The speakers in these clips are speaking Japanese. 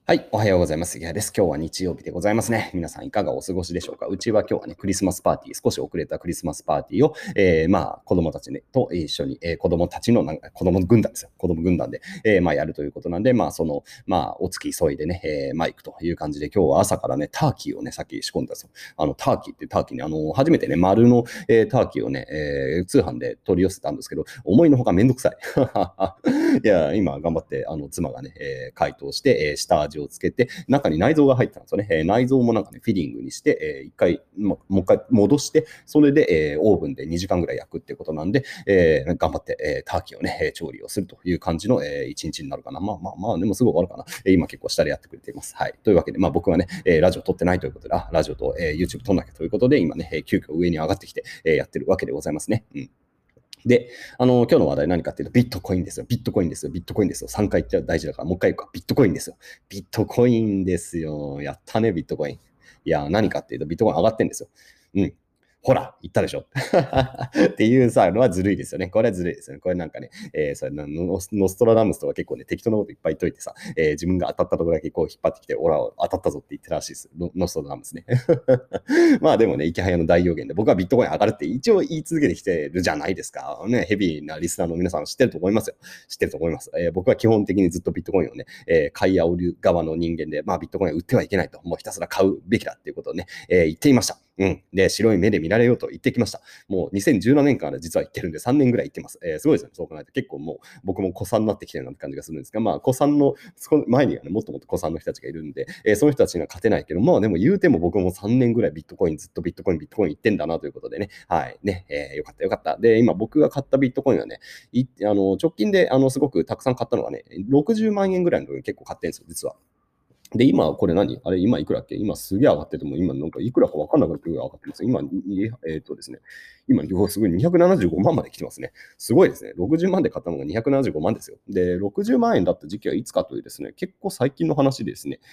はい、おはようございます。杉谷です。今日は日曜日でございますね。皆さんいかがお過ごしでしょうか。うちは今日はね、クリスマスパーティー、少し遅れたクリスマスパーティーを、子供たち、ね、と一緒に、子供たちの子供軍団ですよ。子供軍団で、やるということなんで、お月急いでね、行くという感じで、今日は朝からね、ターキーをね、さっき仕込んだんですよ。ターキーってターキーね、初めてね、丸の、ターキーをね、通販で取り寄せたんですけど、思いのほかめんどくさい。いや、今頑張って、妻がね、解凍して、下味をつけて、中に内臓が入ってたんですよね。内臓もなんかね、フィリングにして、一回、もう一回戻して、それで、オーブンで2時間ぐらい焼くっていうことなんで、頑張って、ターキーをね、調理をするという感じの、一日になるかな。でもすぐ終わるかな。今結構下でやってくれています。はい。というわけで、僕はね、ラジオ撮ってないということで、ラジオと、YouTube 撮んなきゃということで、今ね、急遽上に上がってきて、やってるわけでございますね。うん。で、今日の話題何かっていうと、ビットコインですよ。ビットコインですよ。ビットコインですよ。3回言っちゃ大事だから、もう一回言うか。ビットコインですよ。ビットコインですよ。やったね、ビットコイン。いや、何かっていうと、ビットコイン上がってんですよ。うん。ほら、言ったでしょ。っていうさ、のはずるいですよね。これはずるいですよね。これなんかね、それノストラダムスとか結構ね、適当なこといっぱい言っといてさ、自分が当たったところだけこう引っ張ってきて、オラ当たったぞって言ってたらしいです。ノストラダムスね。まあでもね、池早の大予言で僕はビットコイン上がるって一応言い続けてきてるじゃないですか。ね、ヘビーなリスナーの皆さん知ってると思いますよ。知ってると思います。僕は基本的にずっとビットコインをね、買い煽る側の人間で、ビットコインを売ってはいけないと、もうひたすら買うべきだっていうことをね、言っていました。うん。で、白い目で見られようと言ってきました。もう2017年から実は言ってるんで3年ぐらい言ってます。すごいですよね。そう考えると結構もう僕も子さんになってきてるなって感じがするんですが、子さんの、その前にはね、もっともっと子さんの人たちがいるんで、その人たちには勝てないけど、でも言うても僕も3年ぐらいビットコインずっとビットコイン言ってんだなということでね、はいね、よかったよかった。で、今僕が買ったビットコインはね、直近ですごくたくさん買ったのがね、60万円ぐらいの時に結構買ってるんですよ、実は。で、今、これ何あれ、今いくらっけ今すげえ上がってても、今なんかいくらか分かんなくなって上がってます。今、ですね、今、すごい275万まで来てますね。すごいですね。60万で買ったのが275万ですよ。で、60万円だった時期はいつかというですね、結構最近の話ですね。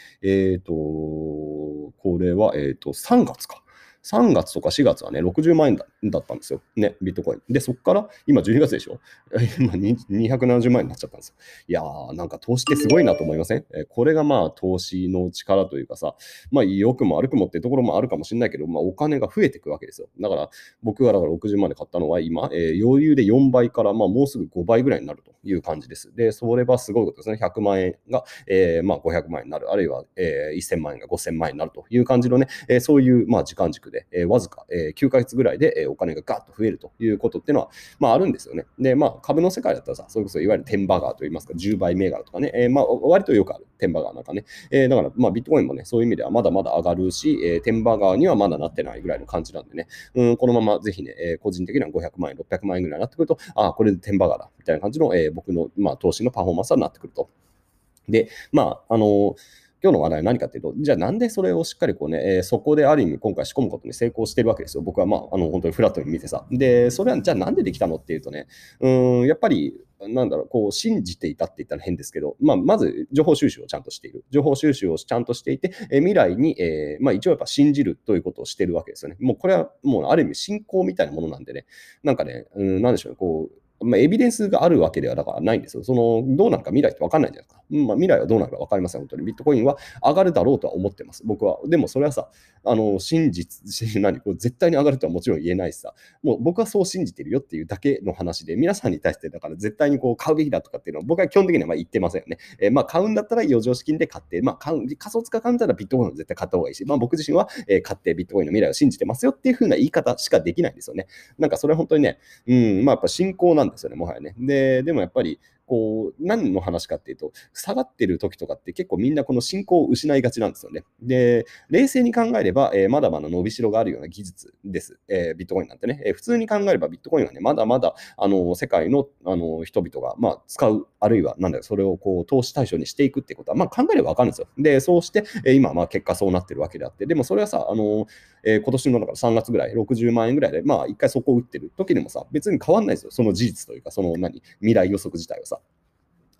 これは、3月か。3月とか4月はね、60万円だったんですよ。ね、ビットコイン。で、そこから今12月でしょ。今270万円になっちゃったんですよ。いやー、なんか投資ってすごいなと思いません？これが投資の力というかさ、良くも悪くもっていうところもあるかもしれないけど、お金が増えていくわけですよ。だから僕がだから60万で買ったのは今、余裕で4倍からもうすぐ5倍ぐらいになるという感じです。で、それはすごいことですね。100万円が、500万円になる、あるいは、1000万円が5000万円になるという感じのね、そういう時間軸で、わずか、9ヶ月ぐらいで、お金がガッと増えるということっていうのは、あるんですよね。で、株の世界だったらさ、それこそいわゆるテンバガーといいますか、10倍銘柄とかね、割とよくある、テンバガーなんかね。だから、ビットコインもね、そういう意味ではまだまだ上がるし、テンバガーにはまだなってないぐらいの感じなんでね、このままぜひね、個人的には500万円、600万円ぐらいになってくると、これでテンバガーだ、みたいな感じの、僕の、投資のパフォーマンスになってくると。で、今日の話題は何かっていうと、じゃあなんでそれをしっかりこうね、そこである意味今回仕込むことに成功してるわけですよ。僕は本当にフラットに見てさ。で、それはじゃあなんでできたのっていうとね、やっぱり、なんだろう、こう信じていたって言ったら変ですけど、まず情報収集をちゃんとしている。情報収集をちゃんとしていて、未来に、一応やっぱ信じるということをしているわけですよね。もうこれはもうある意味信仰みたいなものなんでね、なんかね、なんでしょうね、こう、エビデンスがあるわけではだからないんですよ。どうなるか未来って分かんないじゃないですか。未来はどうなるか分かりません、本当に。ビットコインは上がるだろうとは思ってます、僕は。でもそれはさ、真実、こう絶対に上がるとはもちろん言えないしさ、もう僕はそう信じてるよっていうだけの話で、皆さんに対してだから絶対にこう買うべきだとかっていうのは僕は基本的には言ってませんよね。買うんだったら余剰資金で買って、仮想通貨買うんだったらビットコインを絶対買った方がいいし、僕自身は、買ってビットコインの未来を信じてますよっていう風な言い方しかできないんですよね。なんかそれは本当にね、やっぱ信仰なんですよね、もはやね。でもやっぱり、こう、何の話かっていうと、下がってる時とかって結構みんなこの信仰を失いがちなんですよね。で、冷静に考えれば、まだまだ伸びしろがあるような技術です。ビットコインなんてね。普通に考えればビットコインはね、まだまだ、世界の、人々が、使う、あるいは、なんだよ、それをこう、投資対象にしていくっていうことは、考えればわかるんですよ。で、そうして、今、結果そうなってるわけであって、でもそれはさ、今年のだから3月ぐらい、60万円ぐらいで、一回そこを打ってる時でもさ、別に変わんないですよ。その事実というか、その未来予測自体はさ。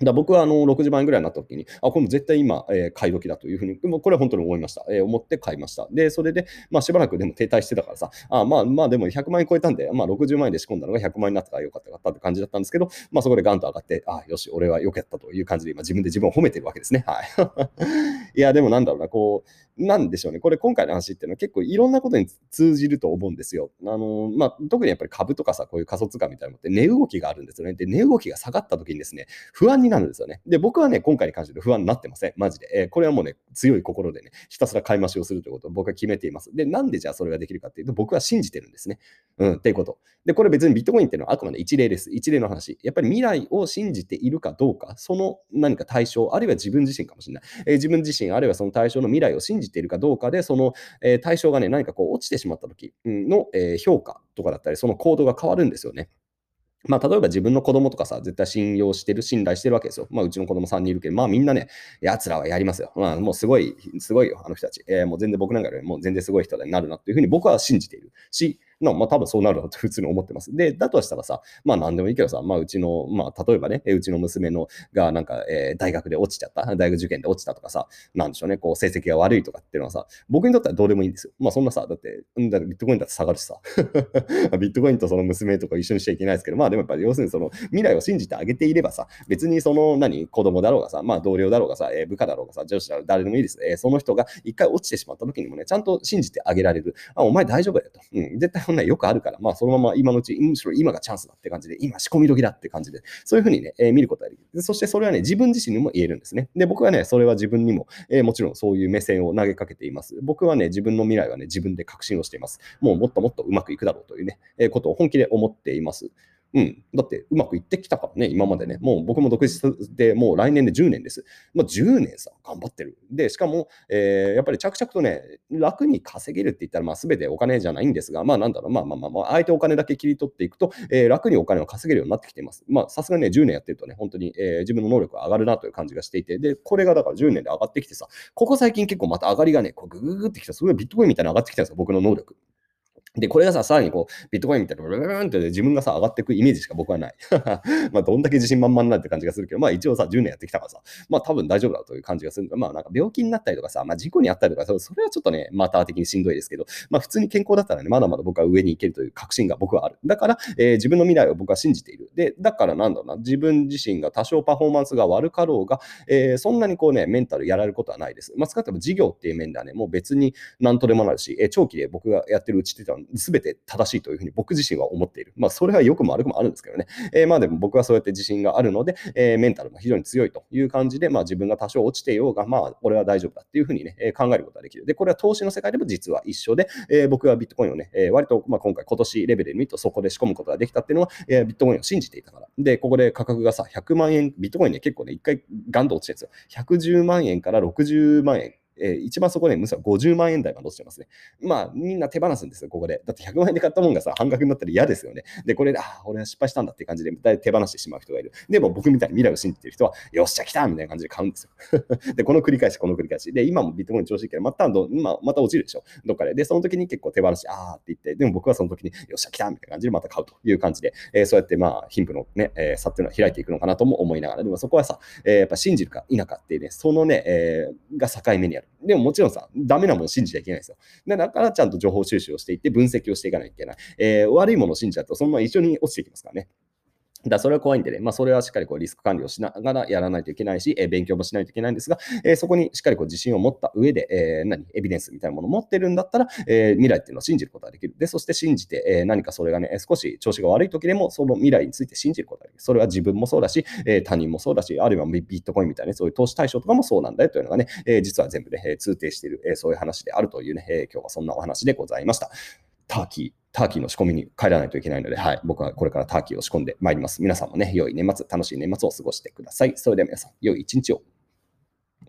僕は60万円ぐらいになった時に、これも絶対今、買い時だというふうに、もうこれは本当に思いました。思って買いました。で、それで、しばらくでも停滞してたからさ、でも100万円超えたんで、60万円で仕込んだのが100万円になったからよかったって感じだったんですけど、そこでガンと上がって、よし、俺はよくやったという感じで、今自分で自分を褒めてるわけですね。はい。いや、でもなんだろうな、なんでしょうね。これ今回の話っていうのは結構いろんなことに通じると思うんですよ。特にやっぱり株とかさ、こういう仮想通貨みたいなのって値動きがあるんですよね。で、値動きが下がった時にですね、不安になるんですよね。で、僕はね、今回に関して不安になってません。マジで。これはもうね、強い心でね、ひたすら買い増しをするということを僕は決めています。で、なんでじゃあそれができるかっていうと、僕は信じてるんですね。っていうこと。で、これ別にビットコインっていうのはあくまで一例です。一例の話。やっぱり未来を信じているかどうか、その何か対象、あるいは自分自身かもしれない。自分自身、あるいはその対象の未来を信じているかどうかで、その、対象がね、何か落ちてしまった時の、評価とかだったり、その行動が変わるんですよね。例えば自分の子供とかさ、絶対信用してる、信頼してるわけですよ。うちの子供3人いるけど、みんなね、奴らはやりますよ。もうすごい、すごいよ、あの人たち。もう全然僕なんかよりも全然すごい人になるなっていうふうに僕は信じているし、多分そうなるだろうと普通に思ってます。で、だとしたらさ、何でもいいけどさ、うちの、例えばね、うちの娘のがなんか、大学で落ちちゃった、大学受験で落ちたとかさ、なんでしょうね、成績が悪いとかっていうのはさ、僕にとってはどうでもいいんですよ。そんなさ、だって、だってビットコインだって下がるしさ、ビットコインとその娘とか一緒にしちゃいけないですけど、でもやっぱり要するにその未来を信じてあげていればさ、別にその子供だろうがさ、同僚だろうがさ、部下だろうがさ、上司だろうが誰でもいいです。その人が一回落ちてしまった時にもね、ちゃんと信じてあげられる。お前大丈夫だよと。絶対こんなよくあるから、そのまま今のうち、むしろ今がチャンスだって感じで、今仕込み時だって感じで、そういうふうにね、見ることができる。そしてそれはね、自分自身にも言えるんですね。で、僕はね、それは自分にも、もちろんそういう目線を投げかけています。僕はね、自分の未来はね、自分で確信をしています。もうもっともっとうまくいくだろうというね、ことを本気で思っています。だってうまくいってきたからね、今までね。もう僕も独立でもう来年で10年です。10年さ、頑張ってる。で、しかも、やっぱり着々とね、楽に稼げるって言ったら、全てお金じゃないんですが、なんだろう、相手お金だけ切り取っていくと、楽にお金を稼げるようになってきています。さすがにね、10年やってるとね、本当に、自分の能力が上がるなという感じがしていて、で、これがだから10年で上がってきてさ、ここ最近結構また上がりがね、グググってきた、すごいビットコインみたいな上がってきたんですよ、僕の能力。で、これがさ、さらにビットコインみたいな、ブルブルンって自分がさ、上がっていくイメージしか僕はない。どんだけ自信満々になるって感じがするけど、一応さ、10年やってきたからさ、多分大丈夫だという感じがする。なんか病気になったりとかさ、事故にあったりとか、それはちょっとね、マター的にしんどいですけど、普通に健康だったらね、まだまだ僕は上に行けるという確信が僕はある。だから、自分の未来を僕は信じている。で、だからなんだろうな、自分自身が多少パフォーマンスが悪かろうが、そんなにメンタルやられることはないです。少なくとも事業っていう面ではね、もう別に何とでもなるし、長期で僕がやってるうちっていうのは全て正しいというふうに僕自身は思っている。それは良くも悪くもあるんですけどね。でも僕はそうやって自信があるので、メンタルも非常に強いという感じで、自分が多少落ちていようが、俺は大丈夫だっていうふうにね、考えることができる。で、これは投資の世界でも実は一緒で、僕はビットコインをね、割と、今年レベルで見るとそこで仕込むことができたっていうのは、ビットコインを信じていたから。で、ここで価格がさ、100万円、ビットコインね、結構ね、一回ガンと落ちてるんですよ。110万円から60万円。一番そこね、むしろ50万円台まで落ちてますね。みんな手放すんですよ、ここで。だって100万円で買ったもんがさ、半額になったら嫌ですよね。で、これで、俺は失敗したんだって感じで、手放してしまう人がいる。でも僕みたいに未来を信じている人は、よっしゃ、来たみたいな感じで買うんですよ。で、この繰り返し、この繰り返し。で、今もビットコイン調子いいけど、また落ちるでしょ。どっかで。で、その時に結構手放し、って言って、でも僕はその時に、よっしゃ、来たみたいな感じでまた買うという感じで、そうやって貧富のね、差っていうのは開いていくのかなとも思いながら、でもそこはさ、やっぱ信じるか否かっていうね、そのね、が境目にある。でももちろんさ、ダメなものを信じちゃいけないんですよ。だからちゃんと情報収集をしていって、分析をしていかないといけない。悪いものを信じちゃうと、そのまま一緒に落ちていきますからね。それは怖いんでね、それはしっかりリスク管理をしながらやらないといけないし、勉強もしないといけないんですが、そこにしっかり自信を持った上で、エビデンスみたいなものを持ってるんだったら、未来っていうのを信じることができる。で、そして信じて、何かそれがね、少し調子が悪い時でも、その未来について信じることができる。それは自分もそうだし、他人もそうだし、あるいはビットコインみたいな、そういう投資対象とかもそうなんだよというのがね、実は全部ね、通底している、そういう話であるというね、今日はそんなお話でございました。ターキーの仕込みに帰らないといけないので、はい、僕はこれからターキーを仕込んでまいります。皆さんもね、良い年末、楽しい年末を過ごしてください。それでは皆さん、良い一日を。